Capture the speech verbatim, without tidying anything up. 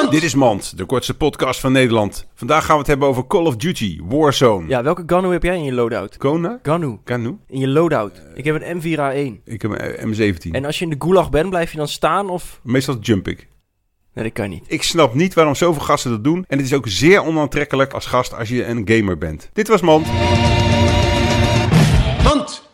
Mand! Dit is Mand, de kortste podcast van Nederland. Vandaag gaan we het hebben over Call of Duty, Warzone. Ja, welke Ganu heb jij in je loadout? Kona? Ganu. Ganu? In je loadout. Uh, ik heb een M vier A één. Ik heb een M zeventien. En als je in de gulag bent, blijf je dan staan of... Meestal jump ik. Nee, dat kan niet. Ik snap niet waarom zoveel gasten dat doen. En het is ook zeer onaantrekkelijk als gast als je een gamer bent. Dit was Mand. Mand!